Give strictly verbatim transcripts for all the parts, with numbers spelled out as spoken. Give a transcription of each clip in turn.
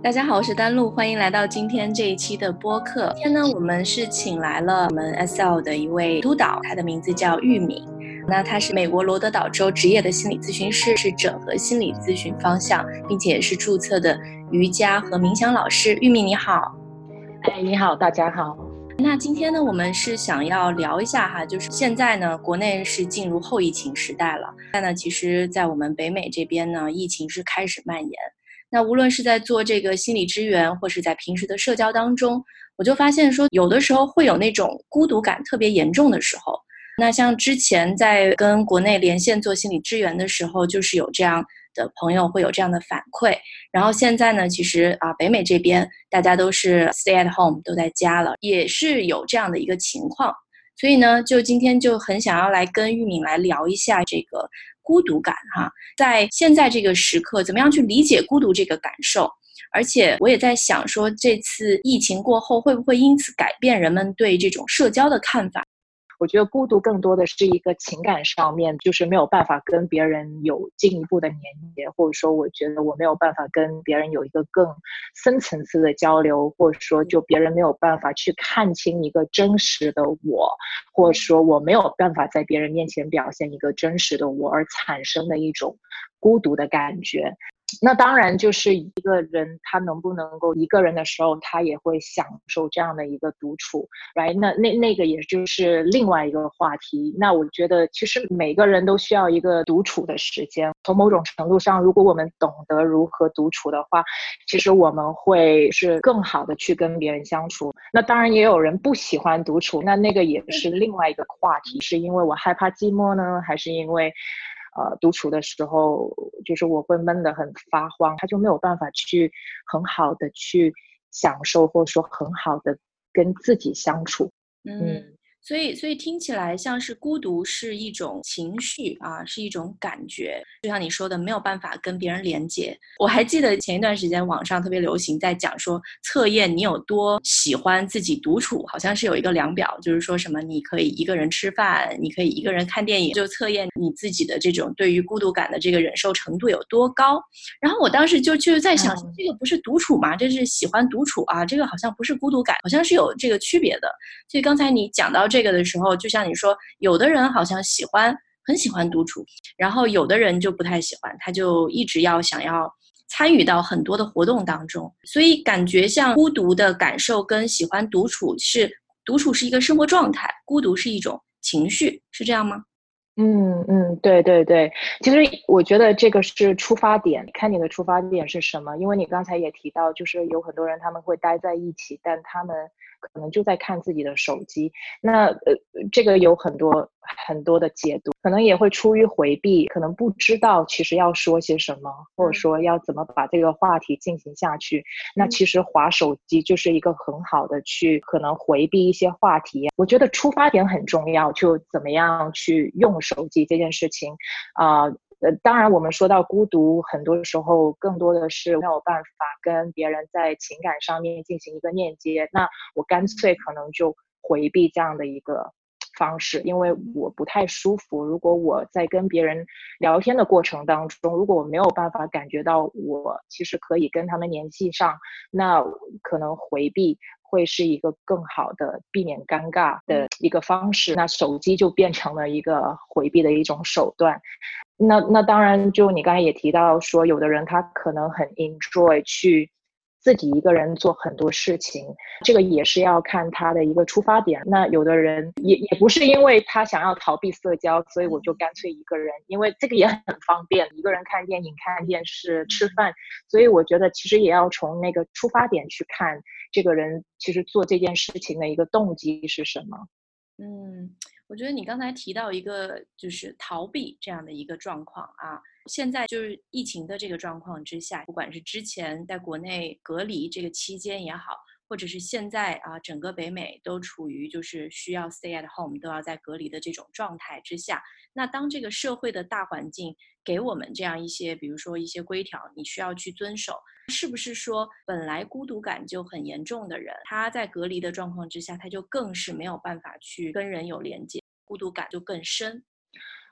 大家好，我是丹露，欢迎来到今天这一期的播客。今天呢，我们是请来了我们 S L 的一位督导，他的名字叫玉敏。那他是美国罗德岛州职业的心理咨询师，是整合心理咨询方向，并且也是注册的瑜伽和冥想老师。玉敏你好。 哎，你好，大家好。 那今天呢，我们是想要聊一下哈，就是现在呢，国内是进入后疫情时代了。但呢，其实在我们北美这边呢，疫情是开始蔓延。那无论是在做这个心理支援，或是在平时的社交当中，我就发现说，有的时候会有那种孤独感特别严重的时候。那像之前在跟国内连线做心理支援的时候，就是有这样的朋友会有这样的反馈。然后现在呢，其实啊，北美这边大家都是 stay at home， 都在家了，也是有这样的一个情况。所以呢，就今天就很想要来跟玉敏来聊一下这个孤独感哈，在现在这个时刻，怎么样去理解孤独这个感受？而且我也在想说，这次疫情过后，会不会因此改变人们对这种社交的看法？ 我觉得孤独更多的是一个情感上面，就是没有办法跟别人有进一步的连接，或者说我觉得我没有办法跟别人有一个更深层次的交流，或者说就别人没有办法去看清一个真实的我，或者说我没有办法在别人面前表现一个真实的我，而产生的一种孤独的感觉。那当然就是一个人他能不能够一个人的时候他也会享受这样的一个独处 right？ 那那那个也就是另外一个话题。那我觉得其实每个人都需要一个独处的时间，从某种程度上如果我们懂得如何独处的话，其实我们会是更好的去跟别人相处。那当然也有人不喜欢独处，那那个也是另外一个话题，是因为我害怕寂寞呢，还是因为呃，独处的时候，就是我会闷得很发慌，他就没有办法去很好的去享受，或者说很好的跟自己相处。 嗯， 嗯， 所以所以听起来像是孤独是一种情绪啊，是一种感觉，就像你说的，没有办法跟别人连接。我还记得前一段时间网上特别流行在讲说测验你有多喜欢自己独处，好像是有一个量表，就是说什么你可以一个人吃饭，你可以一个人看电影，就测验你自己的这种对于孤独感的这个忍受程度有多高。然后我当时就就在想， 嗯这个不是独处吗？这是喜欢独处啊，这个好像不是孤独感，好像是有这个区别的。所以刚才你讲到这个的时候，就像你说，有的人好像喜欢很喜欢独处，然后有的人就不太喜欢，他就一直要想要参与到很多的活动当中。所以感觉像孤独的感受跟喜欢独处是，独处是一个生活状态，孤独是一种情绪，是这样吗？ 嗯嗯，对对对，其实我觉得这个是出发点，看你的出发点是什么。因为你刚才也提到，就是有很多人他们会待在一起，但他们可能就在看自己的手机。那呃，这个有很多很多的解读，可能也会出于回避，可能不知道其实要说些什么，或者说要怎么把这个话题进行下去。那其实滑手机就是一个很好的去可能回避一些话题。我觉得出发点很重要，就怎么样去用手机这件事情啊。呃呃，当然，我们说到孤独，很多时候更多的是没有办法跟别人在情感上面进行一个链接，那我干脆可能就回避这样的一个方式，因为我不太舒服。如果我在跟别人聊天的过程当中，如果我没有办法感觉到我其实可以跟他们联系上，那可能回避会是一个更好的避免尴尬的一个方式。那手机就变成了一个回避的一种手段。那那当然，就你刚才也提到说，有的人他可能很 enjoy 去自己一个人做很多事情，这个也是要看他的一个出发点。那有的人也也不是因为他想要逃避社交，所以我就干脆一个人，因为这个也很方便，一个人看电影、看电视、吃饭。所以我觉得其实也要从那个出发点去看这个人其实做这件事情的一个动机是什么。 嗯，我觉得你刚才提到一个就是逃避这样的一个状况啊，现在就是疫情的这个状况之下，不管是之前在国内隔离这个期间也好，或者是现在啊，整个北美都处于就是需要 stay at home 都要在隔离的这种状态之下，那当这个社会的大环境给我们这样一些，比如说一些规条，你需要去遵守，是不是说本来孤独感就很严重的人，他在隔离的状况之下，他就更是没有办法去跟人有连接，孤独感就更深？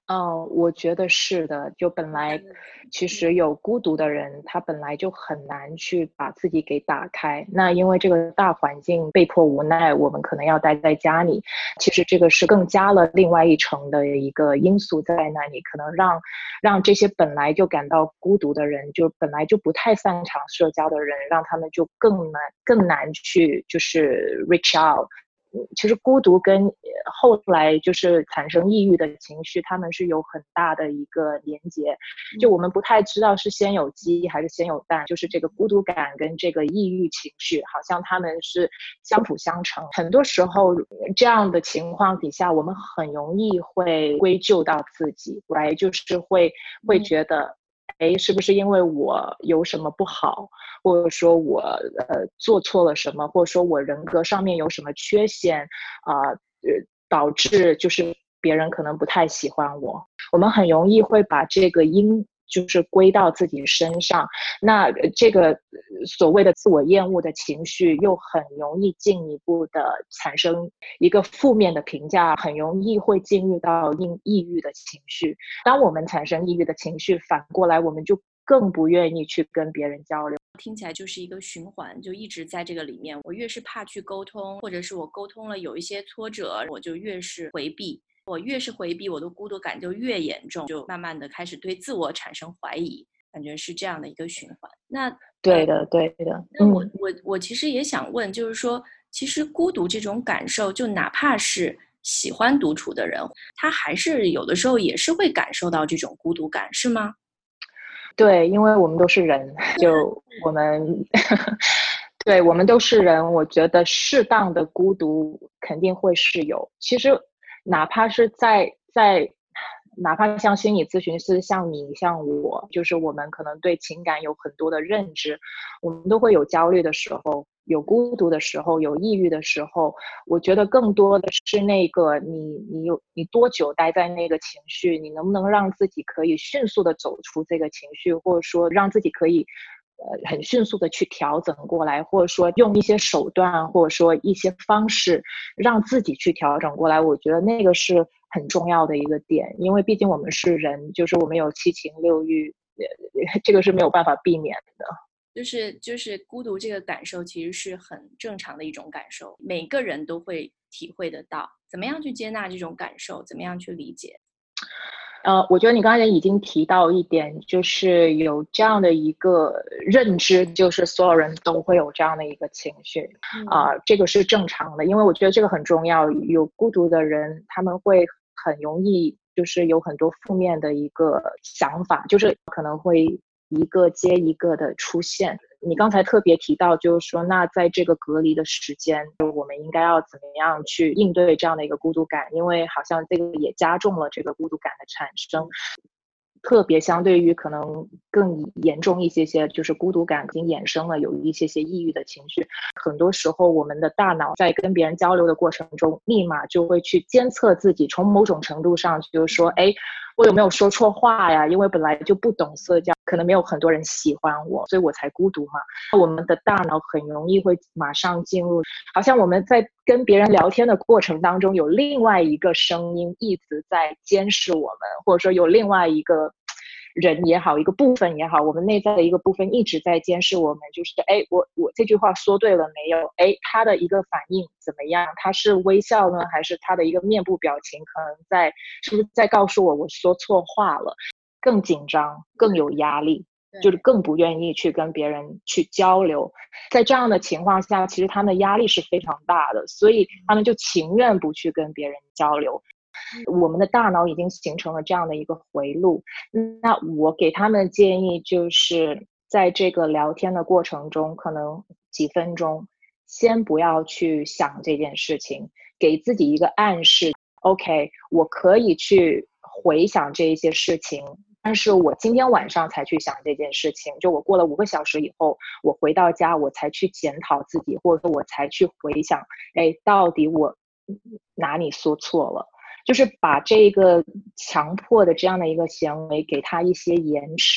哦，我觉得是的。就本来其实有孤独的人，他本来就很难去把自己给打开。那因为这个大环境被迫无奈，我们可能要待在家里。其实这个是更加了另外一层的一个因素在那里，可能让让这些本来就感到孤独的人，就本来就不太擅长社交的人，让他们就更难更难去就是 reach out。其实孤独跟呃后来就是产生抑郁的情绪，他们是有很大的一个连接。就我们不太知道是先有鸡还是先有蛋，就是这个孤独感跟这个抑郁情绪，好像他们是相辅相成。很多时候这样的情况底下，我们很容易会归咎到自己，来就是会会觉得。哎，是不是因为我有什么不好，或者说我呃做错了什么，或者说我人格上面有什么缺陷啊，呃，导致就是别人可能不太喜欢我。我们很容易会把这个因就是归到自己身上，那这个所谓的自我厌恶的情绪又很容易进一步的产生一个负面的评价，很容易会进入到抑郁的情绪。当我们产生抑郁的情绪，反过来我们就更不愿意去跟别人交流。 听起来就是一个循环，就一直在这个里面。我越是怕去沟通，或者是我沟通了有一些挫折，我就越是回避。我越是回避，我的孤独感就越严重，就慢慢的开始对自我产生怀疑，感觉是这样的一个循环。那对的，对的。 那我、嗯、我我其实也想问，就是说，其实孤独这种感受，就哪怕是喜欢独处的人，他还是有的时候也是会感受到这种孤独感，是吗？ 对，因为我们都是人，就我们对，我们都是人，我觉得适当的孤独肯定会是有。其实哪怕是在在哪怕像心理咨询师，像你像我，就是我们可能对情感有很多的认知，我们都会有焦虑的时候，有孤独的时候，有抑郁的时候。我觉得更多的是那个你你有你多久待在那个情绪，你能不能让自己可以迅速的走出这个情绪，或者说让自己可以呃很迅速的去调整过来，或者说用一些手段，或者说一些方式让自己去调整过来。我觉得那个是很重要的一个点，因为毕竟我们是人，就是我们有七情六欲，这个是没有办法避免的。 就是就是孤独这个感受其实是很正常的一种感受，每个人都会体会得到。怎么样去接纳这种感受？怎么样去理解？ 呃，我觉得你刚才已经提到一点，就是有这样的一个认知，就是所有人都会有这样的一个情绪，啊、呃，这个是正常的，因为我觉得这个很重要。有孤独的人，他们会很容易就是有很多负面的一个想法，就是可能会一个接一个的出现。你刚才特别提到，就是说，那在这个隔离的时间，我们应该要怎么样去应对这样的一个孤独感？因为好像这个也加重了这个孤独感的产生。特别相对于可能更严重一些些，就是孤独感已经衍生了有一些些抑郁的情绪。很多时候我们的大脑在跟别人交流的过程中，立马就会去监测自己，从某种程度上就是说，哎，我有没有说错话呀？因为本来就不懂社交，可能没有很多人喜欢我，所以我才孤独嘛。我们的大脑很容易会马上进入，好像我们在跟别人聊天的过程当中，有另外一个声音一直在监视我们，或者说有另外一个人也好，一个部分也好，我们内在的一个部分一直在监视我们，就是哎，我我这句话说对了没有？哎，他的一个反应怎么样？他是微笑呢，还是他的一个面部表情可能在是不是在告诉我我说错话了？更紧张，更有压力，就是更不愿意去跟别人去交流。在这样的情况下，其实他们的压力是非常大的，所以他们就情愿不去跟别人交流。我们的大脑已经形成了这样的一个回路。那我给他们的建议就是在这个聊天的过程中，可能几分钟先不要去想这件事情，给自己一个暗示。 OK， 我可以去回想这一些事情，但是我今天晚上才去想这件事情，就我过了五个小时以后，我回到家我才去检讨自己，或者说我才去回想，哎，到底我哪里说错了。就是把这个强迫的这样的一个行为给他一些延迟，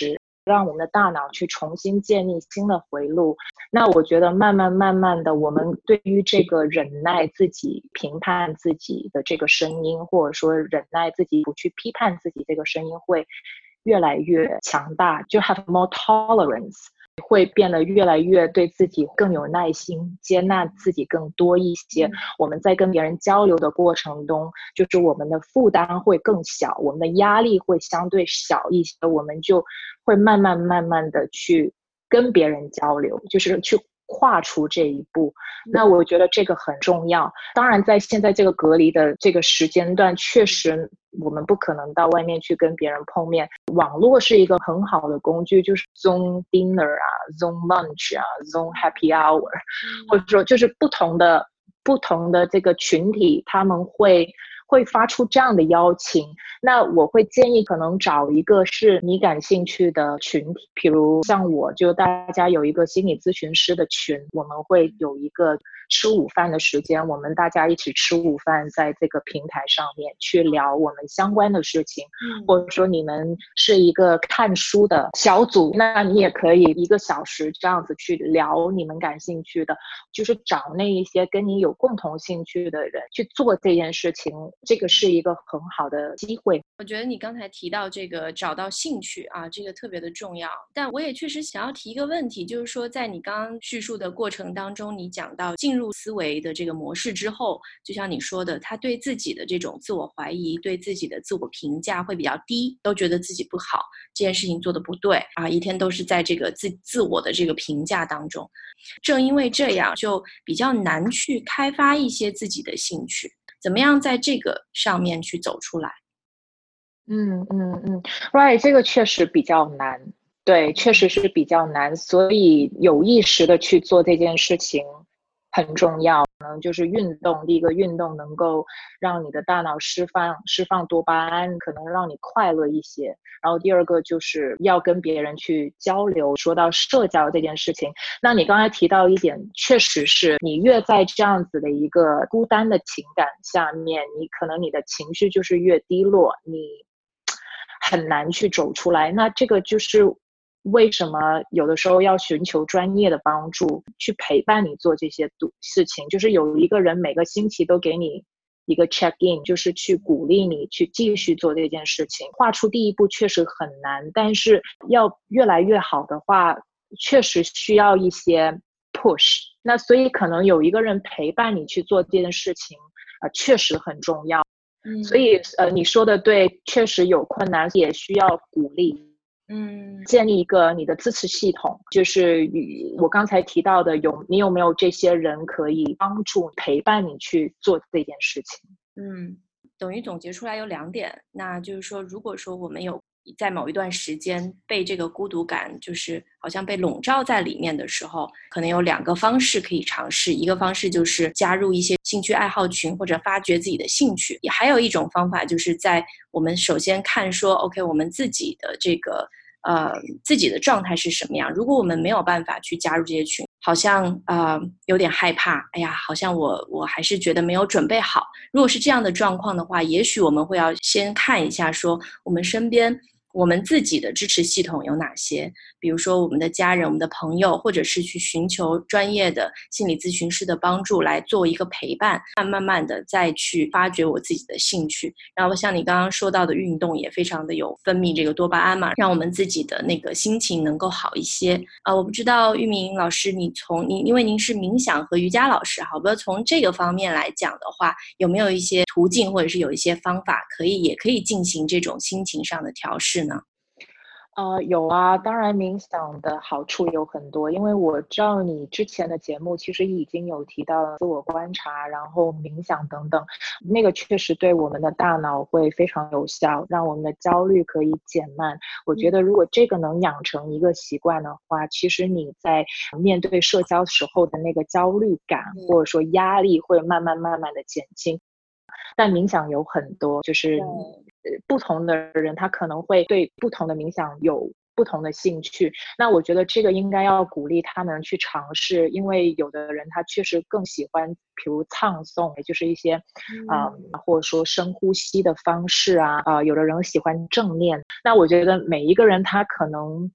让我们的大脑去重新建立新的回路。那我觉得慢慢慢慢的，我们对于这个忍耐自己评判自己的这个声音，或者说忍耐自己不去批判自己这个声音会越来越强大，就 have more tolerance， 会变得越来越对自己更有耐心，接纳自己更多一些。我们在跟别人交流的过程中，就是我们的负担会更小，我们的压力会相对小一些，我们就会慢慢慢慢的去跟别人交流，就是去跨出这一步。那我觉得这个很重要。当然在现在这个隔离的这个时间段，确实我们不可能到外面去跟别人碰面，网络是一个很好的工具，就是 Zoom dinner 啊 Zoom lunch 啊 Zoom happy hour， 或者说就是不同的不同的这个群体，他们会会发出这样的邀请。那我会建议可能找一个是你感兴趣的群体，比如像我就大家有一个心理咨询师的群，我们会有一个吃午饭的时间，我们大家一起吃午饭，在这个平台上面去聊我们相关的事情。嗯、或者说你们是一个看书的小组，那你也可以一个小时这样子去聊你们感兴趣的，就是找那一些跟你有共同兴趣的人去做这件事情，这个是一个很好的机会。 我觉得你刚才提到这个找到兴趣啊，这个特别的重要。但我也确实想要提一个问题，就是说在你刚刚叙述的过程当中，你讲到进入思维的这个模式之后，就像你说的，他对自己的这种自我怀疑，对自己的自我评价会比较低，都觉得自己不好，这件事情做得不对啊，一天都是在这个自自我的这个评价当中。正因为这样，就比较难去开发一些自己的兴趣。怎么样在这个上面去走出来？ 嗯嗯嗯 ，right， 这个确实比较难，对，确实是比较难，所以有意识的去做这件事情很重要。可能就是运动，第一个运动能够让你的大脑释放释放多巴胺，可能让你快乐一些。然后第二个就是要跟别人去交流。说到社交这件事情，那你刚才提到一点，确实是你越在这样子的一个孤单的情感下面，你可能你的情绪就是越低落，你很难去走出来。那这个就是为什么有的时候要寻求专业的帮助，去陪伴你做这些事情，就是有一个人每个星期都给你一个 check in， 就是去鼓励你去继续做这件事情。跨出第一步确实很难，但是要越来越好的话，确实需要一些 push。那所以可能有一个人陪伴你去做这件事情，呃，确实很重要。所以呃，你说的对，确实有困难，也需要鼓励。嗯，建立一个你的支持系统，就是我刚才提到的，有你有没有这些人可以帮助陪伴你去做这件事情？ 嗯，等于总结出来有两点，那就是说，如果说我们有在某一段时间被这个孤独感就是好像被笼罩在里面的时候，可能有两个方式可以尝试。一个方式就是加入一些兴趣爱好群，或者发掘自己的兴趣。也还有一种方法，就是在我们首先看说 OK 我们自己的这个呃自己的状态是什么样。如果我们没有办法去加入这些群，好像呃有点害怕，哎呀好像我我还是觉得没有准备好。如果是这样的状况的话，也许我们会要先看一下说我们身边我们自己的支持系统有哪些，比如说我们的家人、我们的朋友，或者是去寻求专业的心理咨询师的帮助来做一个陪伴，慢慢的再去发掘我自己的兴趣。然后像你刚刚说到的运动也非常的有分泌这个多巴胺嘛，让我们自己的那个心情能够好一些。呃，我不知道玉明老师，你从你因为您是冥想和瑜伽老师，好不好？从这个方面来讲的话，有没有一些途径或者是有一些方法可以也可以进行这种心情上的调试呢？ 呃，有啊，当然冥想的好处有很多，因为我知道你之前的节目其实已经有提到自我观察，然后冥想等等，那个确实对我们的大脑会非常有效，让我们的焦虑可以减慢。我觉得如果这个能养成一个习惯的话，其实你在面对社交时候的那个焦虑感或者说压力会慢慢慢慢的减轻。但冥想有很多，就是不同的人他可能会对不同的冥想有不同的兴趣，那我觉得这个应该要鼓励他们去尝试，因为有的人他确实更喜欢比如唱诵，也就是一些啊、呃、或者说深呼吸的方式啊啊、呃，有的人喜欢正念，那我觉得每一个人他可能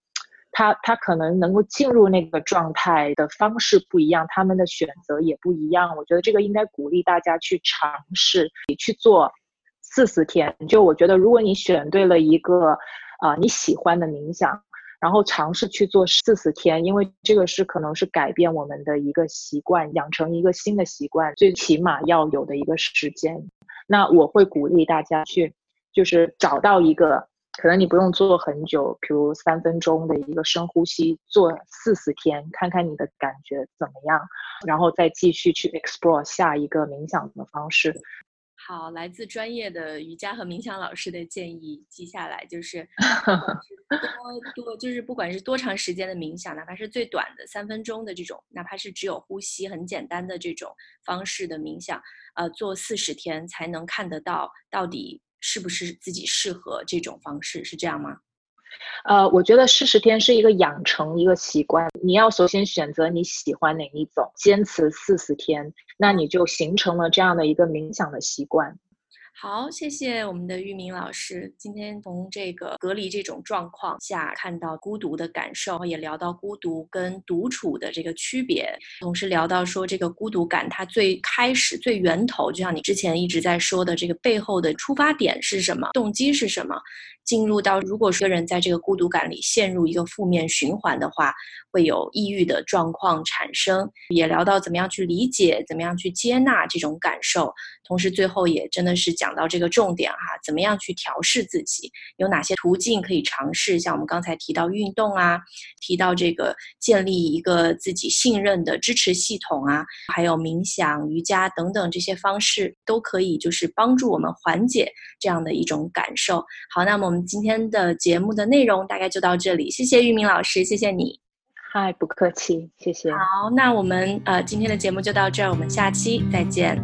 他他可能能够进入那个状态的方式不一样，他们的选择也不一样。我觉得这个应该鼓励大家去尝试，你去做四十天。就我觉得，如果你选对了一个啊、呃、你喜欢的冥想，然后尝试去做四十天，因为这个是可能是改变我们的一个习惯，养成一个新的习惯，最起码要有的一个时间。那我会鼓励大家去，就是找到一个，可能你不用做很久，比如三分钟的一个深呼吸，做四十天，看看你的感觉怎么样，然后再继续去 explore 下一个冥想的方式。 好，来自专业的瑜伽和冥想老师的建议记下来，就是多多就是不管是多长时间的冥想，哪怕是最短的三分钟的这种，哪怕是只有呼吸很简单的这种方式的冥想，呃，做四十天才能看得到到底是不是自己适合这种方式，是这样吗？ 呃，我觉得四十天是一个养成一个习惯，你要首先选择你喜欢哪一种，坚持四十天，那你就形成了这样的一个冥想的习惯。 好，谢谢我们的玉明老师。今天从这个隔离这种状况下，看到孤独的感受，也聊到孤独跟独处的这个区别，同时聊到说这个孤独感它最开始最源头，就像你之前一直在说的，这个背后的出发点是什么，动机是什么，进入到如果说一个人在这个孤独感里陷入一个负面循环的话，会有抑郁的状况产生。也聊到怎么样去理解，怎么样去接纳这种感受，同时最后也真的是讲到这个重点哈，怎么样去调试自己，有哪些途径可以尝试，像我们刚才提到运动啊，提到这个建立一个自己信任的支持系统啊，还有冥想、瑜伽等等这些方式都可以就是帮助我们缓解这样的一种感受。好，那么我们今天的节目的内容大概就到这里，谢谢玉明老师，谢谢你。 嗨，不客气，谢谢。 好，那我们呃今天的节目就到这儿，我们下期再见。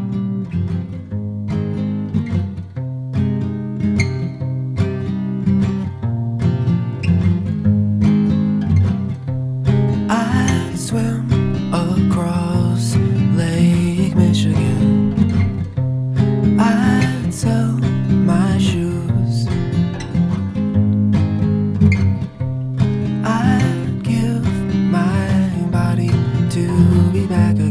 I swim across Lake Michigan. I sell my shoes. I give my body to be back again.